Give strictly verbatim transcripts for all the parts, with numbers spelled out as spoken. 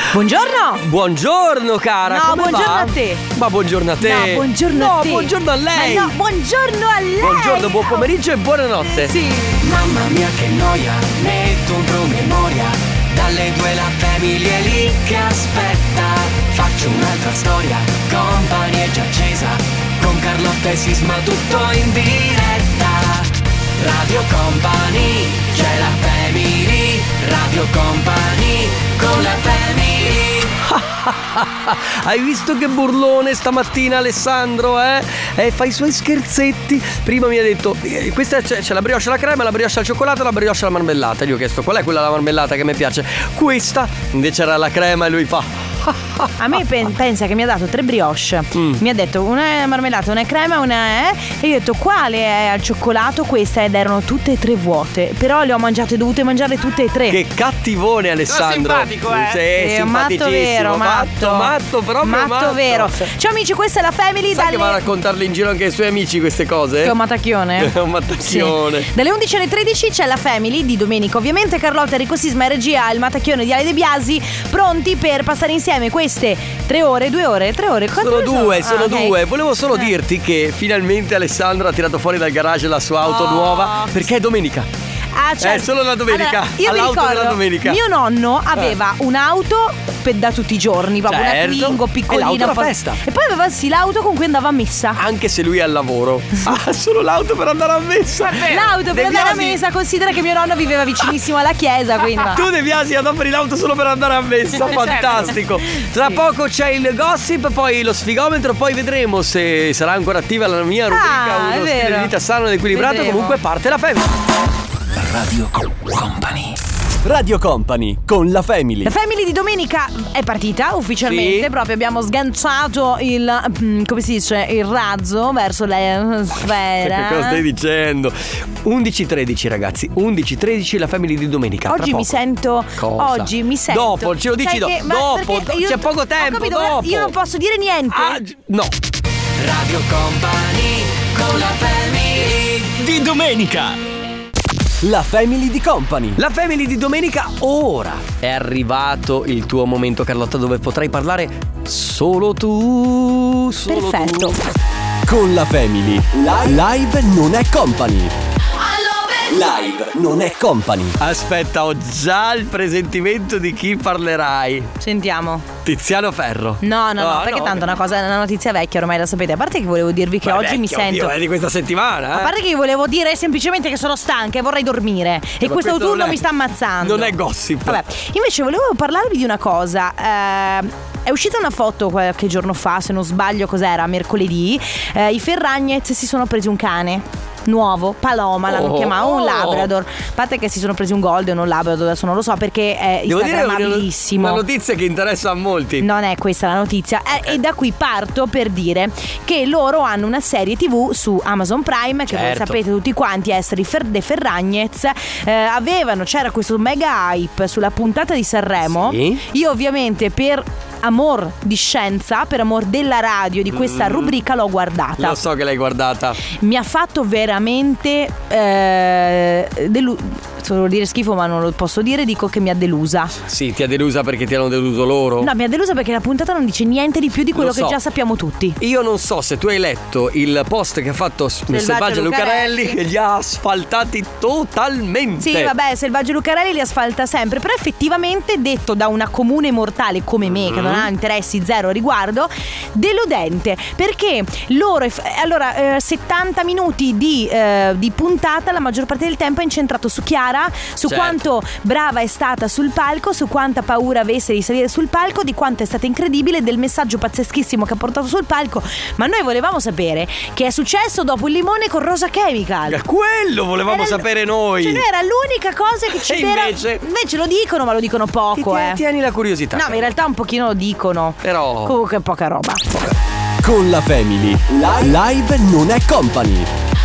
Buongiorno. Buongiorno cara. No, come buongiorno va? a te. Ma buongiorno a te. No, buongiorno no, a te. buongiorno a lei. Ma no, buongiorno a lei. Buongiorno, buon pomeriggio e buonanotte. Sì. Mamma mia che noia, metto un promemoria. Dalle due la famiglia è lì che aspetta. Faccio un'altra storia, Company è già accesa. Con Carlotta e Sisma tutto in diretta. Radio Company, c'è la family. Radio Company, con la family. Hai visto che burlone stamattina Alessandro, eh? Eh, fa i suoi scherzetti. Prima mi ha detto, eh, questa c'è, c'è la brioche alla crema, la brioche al cioccolato e la brioche alla marmellata. Gli ho chiesto qual è quella alla marmellata che mi piace. Questa invece era la crema e lui fa A me pen- pensa che mi ha dato tre brioche. mm. Mi ha detto una è marmellata, una è crema, una è. E io ho detto quale è al cioccolato? Questa, ed erano tutte e tre vuote. Però le ho mangiate, dovute mangiare tutte e tre. Che cattivone Alessandro. Sono simpatico, eh. Sì, Sì, un matto vero, matto. Matto, matto, proprio matto, matto vero. Ciao amici, questa è la Family. Sai dalle... che va a raccontarle in giro anche ai suoi amici queste cose? Che è un mattacchione. È un mattacchione. Sì. Dalle undici alle tredici c'è la Family di domenica. Ovviamente Carlotta, Enrico Sisma e regia, il mattacchione di Ale De Biasi, pronti per passare insieme queste tre ore, due ore, tre ore. Quante Sono ore due, sono ah, okay. due. Volevo solo Eh. dirti che finalmente Alessandro ha tirato fuori dal garage la sua auto Oh. nuova, perché è domenica. Ah, certo. È solo la domenica, Allora, io mi all'auto ricordo, della domenica. mio nonno aveva Eh. un'auto per da tutti i giorni, proprio Certo. una Twingo piccolina. E l'auto da un po'- festa. E poi aveva sì l'auto con cui andava a messa. Anche se lui è al lavoro, ha solo l'auto per andare a messa. L'auto per De andare a Biasi- messa, considera che mio nonno viveva vicinissimo alla chiesa, quindi. Tu De Biasi adoperi l'auto solo per andare a messa, fantastico. Tra Sì. poco c'è il gossip, poi lo sfigometro, poi vedremo se sarà ancora attiva la mia rubrica, Ah, è uno stile vero. di vita sano ed equilibrato. Vedremo. Comunque parte la family. Radio Company. Radio Company con la family. La Family di domenica è partita ufficialmente, Sì. proprio abbiamo sganciato il, mm, come si dice, il razzo verso la sfera. Che cosa stai dicendo? undici tredici ragazzi, undici tredici la family di domenica. tra Oggi mi poco. sento Cosa? Oggi mi sento Dopo, ce lo dici Sai do- che- ma dopo, perché do- io- c'è poco ho tempo, capito, ma dopo. io non posso dire niente. Ah, gi- no. Radio Company, con la family. Di domenica. La family di Company. La family di domenica ora. È arrivato il tuo momento, Carlotta, dove potrai parlare solo tu. Solo Perfetto. tu. Con la family. Live non è Company. Live non è Company. Aspetta, ho già il presentimento di chi parlerai. Sentiamo. Tiziano Ferro. No, no, no, No, perché no. tanto è una cosa, è una notizia vecchia, ormai la sapete. A parte che volevo dirvi che Beh, oggi mi vecchio, sento. oddio, è di questa settimana, eh. A parte che vi volevo dire semplicemente che sono stanca e vorrei dormire. E ma questo questo autunno non è- mi sta ammazzando. non è gossip. Vabbè, invece volevo parlarvi di una cosa. Eh, è uscita una foto qualche giorno fa, se non sbaglio, cos'era? Mercoledì. Eh, I Ferragnez si sono presi un cane nuovo, Paloma l'hanno Oh. chiamato, un Labrador. A parte che si sono presi un Golden o un Labrador, adesso non lo so perché è Devo dire instagrammabilissimo. una notizia che interessa a molti. Non è questa la notizia. Eh, E da qui parto per dire che loro hanno una serie tivù su Amazon Prime, che voi Certo. sapete tutti quanti essere i Fer- De Ferragnez. Eh, avevano, c'era questo mega hype sulla puntata di Sanremo. Sì. Io ovviamente per amor di scienza, per amor della radio, di questa rubrica l'ho guardata. Lo so che l'hai guardata. Mi ha fatto veramente eh, delu- devo dire schifo, ma non lo posso dire, dico che mi ha delusa. Sì, ti ha delusa perché ti hanno deluso loro. No, mi ha delusa perché la puntata non dice niente di più di quello Lo so. che già sappiamo tutti. Io non so se tu hai letto il post che ha fatto Selvaggio Selvaggio Lucarelli, Lucarelli. che li ha asfaltati totalmente. Sì, vabbè, Selvaggio Lucarelli li asfalta sempre, però effettivamente detto da una comune mortale come me, che non ha interessi zero a riguardo, deludente, perché loro, eff- allora, eh, settanta minuti di, eh, di puntata, la maggior parte del tempo è incentrato su Chiara, su Certo. quanto brava è stata sul palco, su quanta paura avesse di salire sul palco, di quanto è stata incredibile, del messaggio pazzeschissimo che ha portato sul palco. Ma noi volevamo sapere che è successo dopo il limone con Rosa Chemical. Eh, Quello volevamo Era l- sapere noi. Cioè, noi era l'unica cosa che ci E era. invece? Invece lo dicono, ma lo dicono poco, Ti- eh. Tieni la curiosità. No, ma in realtà un pochino lo dicono. Però Comunque poca roba. Con la family. Live non è Company.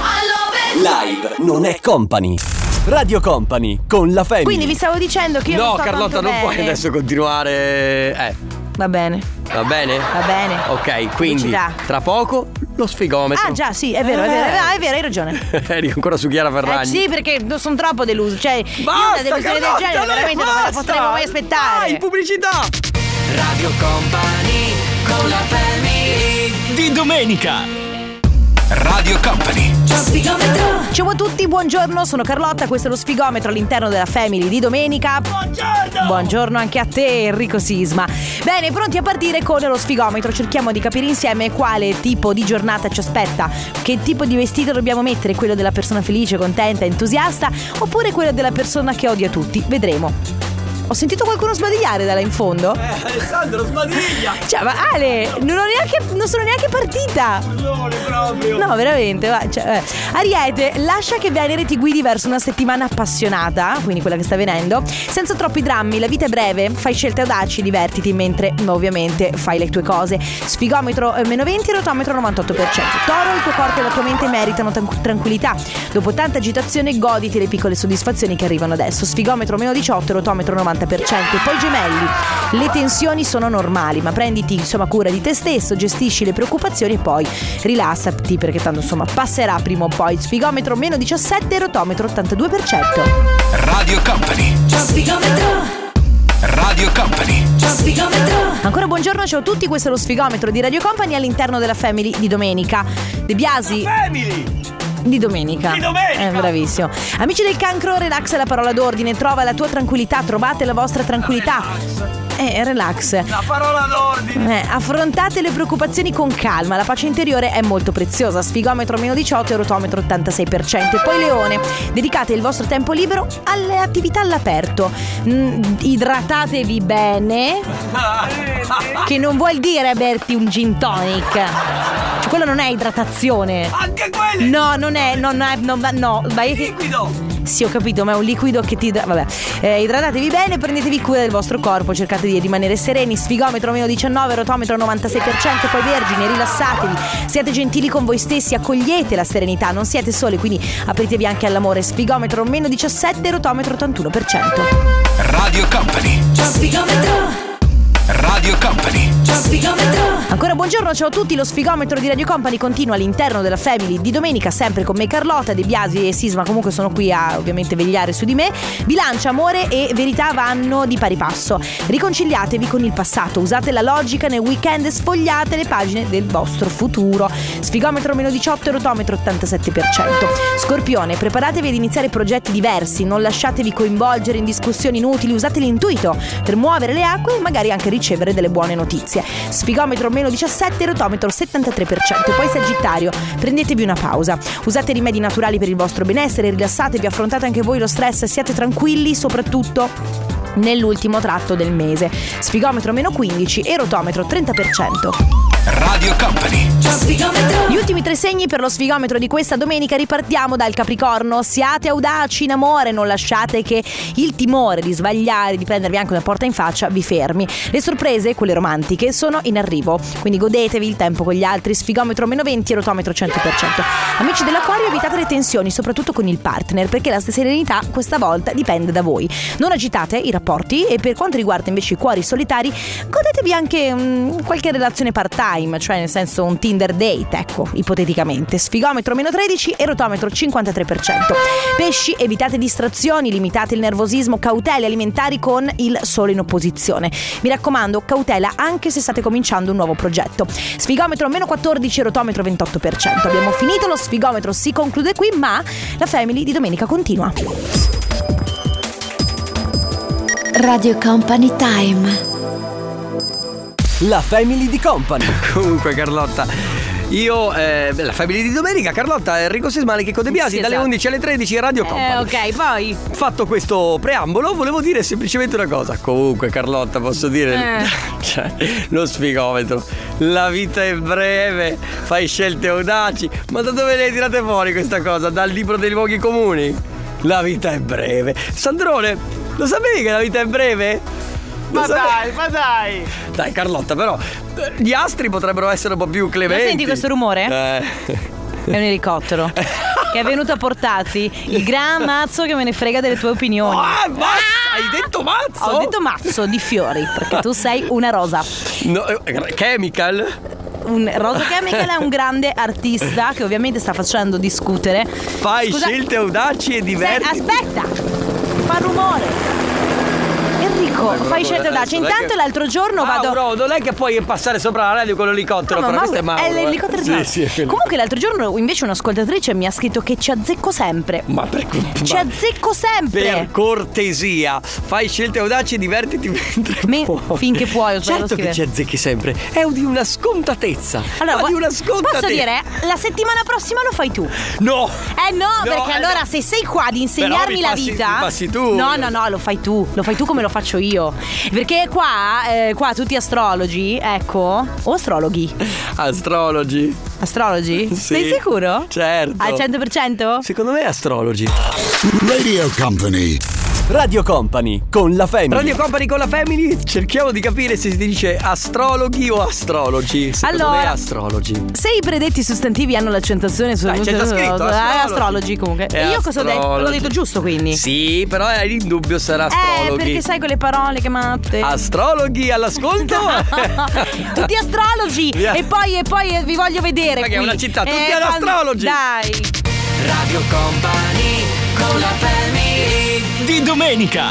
Live non è Company. Radio Company con la family. Quindi vi stavo dicendo che io non no, sto Carlotta, tanto non puoi bene. adesso continuare. Eh, Va bene, va bene? va bene. Ok, quindi Pubblicità. tra poco lo sfigometro. Ah già, sì, è vero, è vero, è vero, è vero, hai ragione. Eri ancora su Chiara Eh, Ferragni. sì, perché sono troppo deluso. Cioè, io una Basta, delusione del Carlotta, genere non è veramente non me la basta. potremmo mai aspettare. Vai, pubblicità. Radio Company con la family Di domenica. Radio Company. Ciao a tutti, buongiorno, sono Carlotta, questo è lo sfigometro all'interno della Family di domenica. Buongiorno! Buongiorno anche a te, Enrico Sisma. Bene, pronti a partire con lo sfigometro. Cerchiamo di capire insieme quale tipo di giornata ci aspetta. Che tipo di vestito dobbiamo mettere? Quello della persona felice, contenta, entusiasta, oppure quello della persona che odia tutti? Vedremo. Ho sentito qualcuno sbadigliare da là in fondo? Eh, Alessandro, sbadiglia! Cioè, ma Ale, non, ho neanche, non sono neanche partita! Non proprio! No, veramente, va, cioè, eh. Ariete, lascia che Venere ti guidi verso una settimana appassionata, quindi quella che sta venendo, senza troppi drammi, la vita è breve, fai scelte audaci, divertiti mentre ovviamente fai le tue cose. Sfigometro eh, meno venti, rotometro novantotto per cento. Toro, il tuo corpo e la tua mente meritano t- tranquillità. Dopo tanta agitazione goditi le piccole soddisfazioni che arrivano adesso. Sfigometro meno diciotto, rotometro novanta per cento. E poi Gemelli, le tensioni sono normali, ma prenditi insomma cura di te stesso, gestisci le preoccupazioni e poi rilassati, perché tanto insomma passerà prima o poi. Sfigometro meno diciassette, rotometro ottantadue per cento. Radio Company. Radio Company. Ancora buongiorno, ciao a tutti, questo è lo sfigometro di Radio Company all'interno della Family di domenica. De Biasi. Family! Di domenica. Di domenica. Eh, bravissimo. Amici del cancro, relax è la parola d'ordine. Trova la tua tranquillità, trovate la vostra tranquillità. Eh, relax. La parola d'ordine. Eh, affrontate le preoccupazioni con calma, la pace interiore è molto preziosa. Sfigometro meno diciotto e rotometro ottantasei per cento. E poi Leone, dedicate il vostro tempo libero alle attività all'aperto. Mm, idratatevi bene, che non vuol dire berti un gin tonic. Cioè, quello non è idratazione. Anche quelli! No, non è, non è, non, no, vai. Liquido! Sì, ho capito, ma è un liquido che ti... Vabbè, eh, idratatevi bene, prendetevi cura del vostro corpo, cercate di rimanere sereni. Sfigometro meno diciannove, rotometro novantasei per cento. Poi Vergine, rilassatevi, siate gentili con voi stessi, accogliete la serenità, non siete soli, quindi apritevi anche all'amore. Sfigometro meno diciassette, rotometro ottantuno per cento. Radio Company. Radio Company. Ancora buongiorno, ciao a tutti, lo sfigometro di Radio Company continua all'interno della Family di domenica, sempre con me Carlotta, De Biasi e Sisma comunque sono qui a ovviamente vegliare su di me. Bilancia, amore e verità vanno di pari passo. Riconciliatevi con il passato, usate la logica nel weekend e sfogliate le pagine del vostro futuro. Sfigometro meno diciotto e rotometro ottantasette per cento. Scorpione, preparatevi ad iniziare progetti diversi, non lasciatevi coinvolgere in discussioni inutili, usate l'intuito per muovere le acque e magari anche ricevere delle buone notizie. Sfigometro meno diciassette, rotometro settantatré per cento. Poi Sagittario, prendetevi una pausa, usate rimedi naturali per il vostro benessere, rilassatevi, affrontate anche voi lo stress, siate tranquilli soprattutto nell'ultimo tratto del mese. Sfigometro meno quindici e rotometro trenta per cento. Radio Company. Gli ultimi tre segni per lo sfigometro di questa domenica. Ripartiamo dal Capricorno. Siate audaci in amore, non lasciate che il timore di sbagliare, di prendervi anche una porta in faccia, vi fermi. Le sorprese, quelle romantiche, sono in arrivo, quindi godetevi il tempo con gli altri. Sfigometro meno venti e rotometro cento per cento. Amici dell'Acquario, evitate le tensioni, soprattutto con il partner, perché la serenità questa volta dipende da voi. Non agitate i rapporti e per quanto riguarda invece i cuori solitari, godetevi anche mh, qualche relazione part-time, cioè nel senso un Tinder date, ecco, ipoteticamente. Sfigometro meno tredici e rotometro cinquantatré per cento. Pesci, evitate distrazioni, limitate il nervosismo, cautele alimentari con il sole in opposizione. Mi raccomando, cautela anche se state cominciando un nuovo progetto. Sfigometro meno quattordici e rotometro ventotto per cento. Abbiamo finito, lo sfigometro si conclude qui, ma la Family di domenica continua. Radio Company Time. La Family di Company. Comunque Carlotta, io eh, la Family di domenica, Carlotta, Enrico Sisma, che con De Biasi, Sì, dalle esatto. undici alle tredici Radio Company. Eh, ok, poi Fatto questo preambolo, volevo dire semplicemente una cosa. Comunque Carlotta, posso dire Eh. cioè, lo sfigometro, la vita è breve, fai scelte audaci. Ma da dove le hai tirate fuori questa cosa? Dal libro dei luoghi comuni? La vita è breve. Sandrone, lo sapevi che la vita è breve? Lo Ma sapevi? dai, ma dai! Dai Carlotta, però eh, gli astri potrebbero essere un po' più clementi. Lo senti questo rumore? Eh. È un elicottero che è venuto a portarti il gran mazzo che me ne frega delle tue opinioni. Ah, mazzo! Hai detto mazzo? Ho detto mazzo di fiori, perché tu sei una rosa. No, eh, chemical? Un Rosa Chemical è un grande artista che ovviamente sta facendo discutere. Fai Scusa- scelte audaci e diverse. Sei- aspetta! Fa rumore! Enrico! Ecco, fai scelte audaci. Intanto che... l'altro giorno vado. No, non è che puoi passare sopra la radio con l'elicottero, no, però questo è Mauro. È l'elicottero di sì, sì, Comunque l'altro giorno invece un'ascoltatrice mi ha scritto che ci azzecco sempre. Ma per Ci ma... azzecco sempre. Per cortesia, fai scelte audaci e divertiti mentre Me... puoi. Finché puoi, ho certo che ci azzecchi sempre. È di una scontatezza. Allora, di una scontatezza. Posso dire, la settimana prossima lo fai tu. No. Eh no, no perché eh allora no. se sei qua ad insegnarmi la passi, vita. Mi passi tu. No, no, no, lo fai tu. Lo fai tu come lo faccio io. Perché qua, eh, qua tutti astrologi, ecco. O astrologhi? Astrologi. Astrologi? Sì. Sei sicuro? Certo. Al cento per cento? Secondo me è astrologi. Radio Company. Radio Company con la Family. Radio Company con la Family. Cerchiamo di capire se si dice astrologhi o astrologi. Secondo allora, me è astrologi. Se i predetti sostantivi hanno l'accentuazione sul Dai, c'è già scritto astrologi. astrologi comunque. È E io astrologi. cosa ho detto? L'ho detto giusto quindi. Sì, però è in dubbio sarà astrologhi. Eh, perché sai quelle parole che matte. Astrologhi all'ascolto? Tutti astrologi. Via. E poi e poi vi voglio vedere. Ma che qui. è una città, tutti eh, ad astrologi. Dai. Radio Company con la Family di domenica.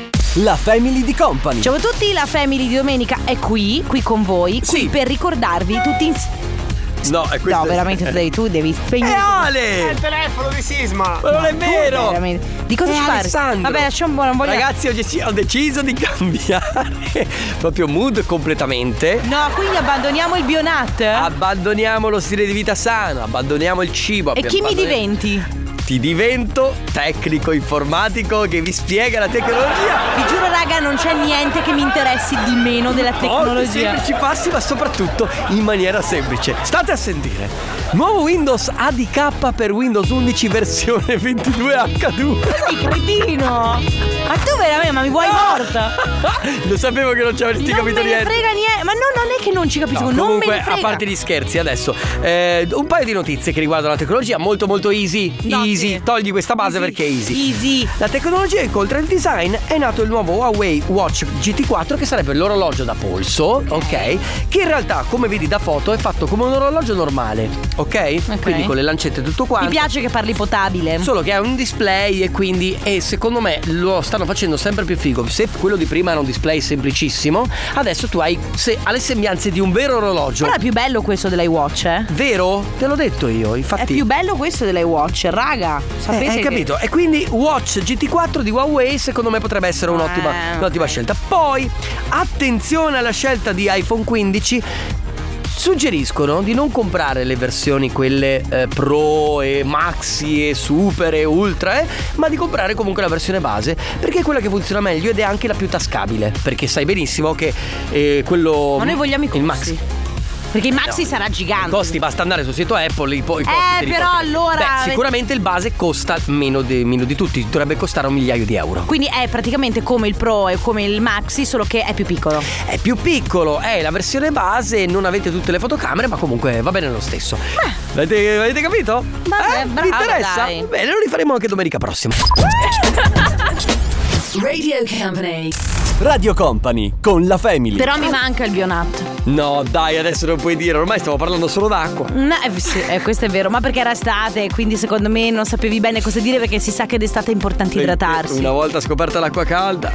La Family di Company. Ciao a tutti, la Family di domenica è qui, qui con voi, qui sì. per ricordarvi tutti insieme. No, è questo. No, veramente tu devi, tu devi spegnere. È Ale! È il telefono di Sisma. Ma non è vero! Veramente. Di cosa è ci parli? Alessandro. Vabbè, lasciamo buono, non voglio. Ragazzi, oggi ho deciso di cambiare proprio mood completamente. No, quindi abbandoniamo il Bionat. Abbandoniamo lo stile di vita sano, abbandoniamo il cibo. E chi mi abbandoniamo... diventi? Ti divento tecnico informatico che vi spiega la tecnologia. Vi giuro raga, non c'è niente che mi interessi di meno della tecnologia. Semplici passi, ma soprattutto in maniera semplice. State a sentire. Nuovo Windows A D K per Windows undici versione ventidue acca due. Sei cretino. Ma tu veramente, ma mi vuoi morta? Lo sapevo che non ci avresti non capito niente. Non me ne frega niente. Ma no, non è che non ci capisco, No, non comunque, me ne frega. a parte gli scherzi, adesso eh, un paio di notizie che riguardano la tecnologia. Molto molto easy. No, easy. sì. Togli questa base Easy. perché è easy. Easy. La tecnologia incontra il design. È nato il nuovo Huawei Watch G T quattro, che sarebbe l'orologio da polso, ok? Che in realtà, come vedi da foto, è fatto come un orologio normale, ok? Ok. Quindi con le lancette e tutto quanto. Mi piace che parli potabile. Solo che ha un display e quindi e secondo me lo stanno facendo sempre più figo. Se quello di prima era un display semplicissimo, adesso tu hai se, ha le sembianze di un vero orologio. Però è più bello questo dell'iWatch, eh? Vero? Te l'ho detto io, infatti. È più bello questo dell'iWatch, raga. Sapete Eh, hai che- capito? E quindi Watch G T quattro di Huawei secondo me potrebbe essere un'ottima, Eh, un'ottima ok. scelta. Poi attenzione alla scelta di iPhone quindici. Suggeriscono di non comprare le versioni quelle eh, Pro e Maxi e Super e Ultra eh, ma di comprare comunque la versione base, perché è quella che funziona meglio ed è anche la più tascabile, perché sai benissimo che eh, quello Ma noi vogliamo i il costi. Maxi Perché il Maxi No. sarà gigante. I costi, basta andare sul sito Apple, i, po- i costi Eh, te li però porti. allora- Beh, sicuramente il base costa meno di, meno di tutti, dovrebbe costare un migliaio di euro. Quindi è praticamente come il Pro e come il Maxi, solo che è più piccolo. È più piccolo, è la versione base, non avete tutte le fotocamere, ma comunque va bene lo stesso. Avete, avete capito? Vabbè, eh? Vi bravo, interessa? dai. Bene, lo rifaremo anche domenica prossima. Radio Company. Radio Company con la Family. Però mi manca il Bionat. No, dai, adesso non puoi dire, ormai stiamo parlando solo d'acqua. No, eh, sì, eh, questo è vero, ma perché era estate, quindi secondo me non sapevi bene cosa dire, perché si sa che d'estate è importante idratarsi. Una volta scoperta l'acqua calda.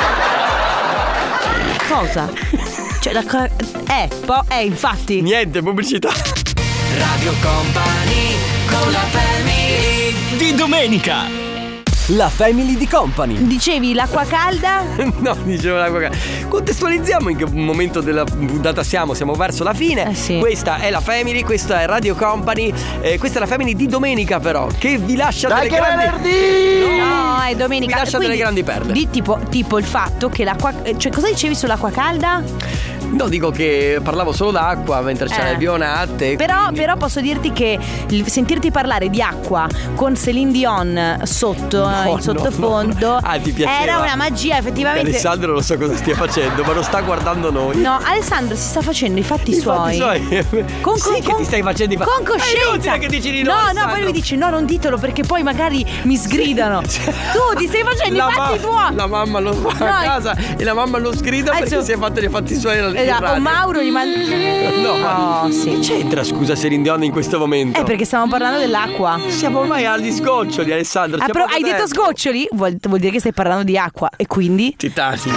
Cosa? Cioè la co- Eh, po- eh, infatti. Niente, pubblicità. Radio Company con la Family di domenica. La Family di Company. Dicevi l'acqua calda? No, dicevo l'acqua calda. Contestualizziamo in che momento della puntata siamo. Siamo verso la fine. Eh sì. Questa è la Family, questa è Radio Company. eh, Questa è la Family di domenica, però, che vi lascia Dai delle che grandi venerdì! No, è domenica. Vi lascia delle grandi perle. Di tipo, tipo il fatto che l'acqua. Cioè, cosa dicevi sull'acqua calda? No, dico che parlavo solo d'acqua mentre c'era Eh. il Bionat. Però, quindi- però posso dirti che il- sentirti parlare di acqua con Celine Dion sotto, No, in no, sottofondo, no. Ah, ti piaceva? era una magia, effettivamente. Alessandro non so cosa stia facendo, ma lo sta guardando noi. No, Alessandro si sta facendo i fatti I suoi. fatti suoi. Con, Sì, che ti stai facendo i fatti- Con È coscienza. inutile che dici di no, No, no, Alessandro. poi lui dice no, non ditelo perché poi magari mi sgridano. Tu ti stai facendo La i fatti ma- tuoi. La mamma lo fa No, a casa e la mamma lo sgrida Adesso- perché si è fatto i fatti suoi in eh, radio. o Mauro gli manda. No, ma Oh, sì. che c'entra, scusa, Celine Dion in questo momento? Eh, perché stiamo parlando dell'acqua. Siamo ormai agli sgoccioli, Alessandro. Ah, c'è però poco hai detto tempo. sgoccioli? Vuol, vuol dire che stai parlando di acqua. E quindi? Titanic.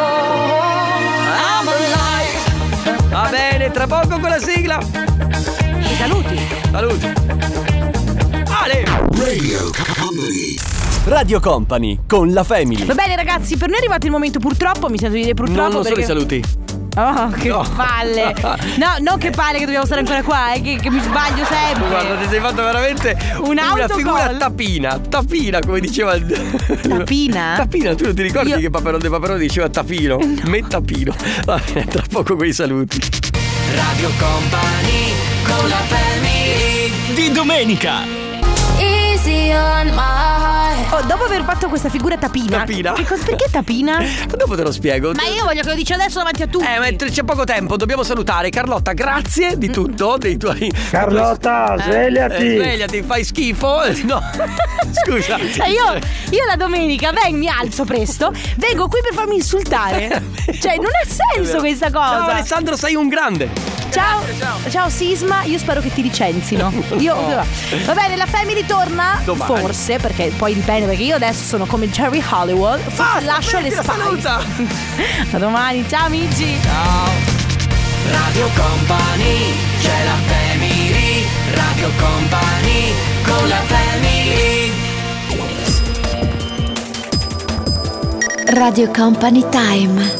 Va bene, tra poco con la sigla. I saluti. Saluti. Ale. Radio Company. Radio Company con la Family. Va bene ragazzi, per noi è arrivato il momento purtroppo. Mi sento di dire purtroppo Non, non sono perché... i saluti. Oh, che No. palle. No, non che palle che dobbiamo stare ancora qua, è che, che mi sbaglio sempre. Guarda, ti sei fatto veramente Un una autogol. figura tapina. Tapina, come diceva il... Tapina? Tapina, tu non ti ricordi Io- che Paperone De Paperone diceva tapino? Me tapino. Va bene, tra poco quei saluti. Radio Company con la Family Di domenica. Easy on my heart. Oh, dopo aver fatto questa figura tapina. Tapina? Che cosa, perché tapina? Dopo te lo spiego. Ma io voglio che lo dici adesso davanti a tutti. Eh, ma c'è poco tempo, dobbiamo salutare. Carlotta, grazie di tutto, dei tuoi... Carlotta, svegliati. Eh, svegliati, fai schifo. No, scusa. Cioè io, io la domenica vengo, mi alzo presto, vengo qui per farmi insultare. Cioè non ha senso questa cosa. Ciao Alessandro, sei un grande. Ciao, ciao Sisma, io spero che ti licenzino. Io va bene, la Family torna Domani. forse, perché poi dipende, perché io adesso sono come Jerry Hollywood, forse lascio le smettila, spalle. saluta. A domani, ciao amici. Radio Company, c'è la Family. Radio Company con la Family. Radio Company Time.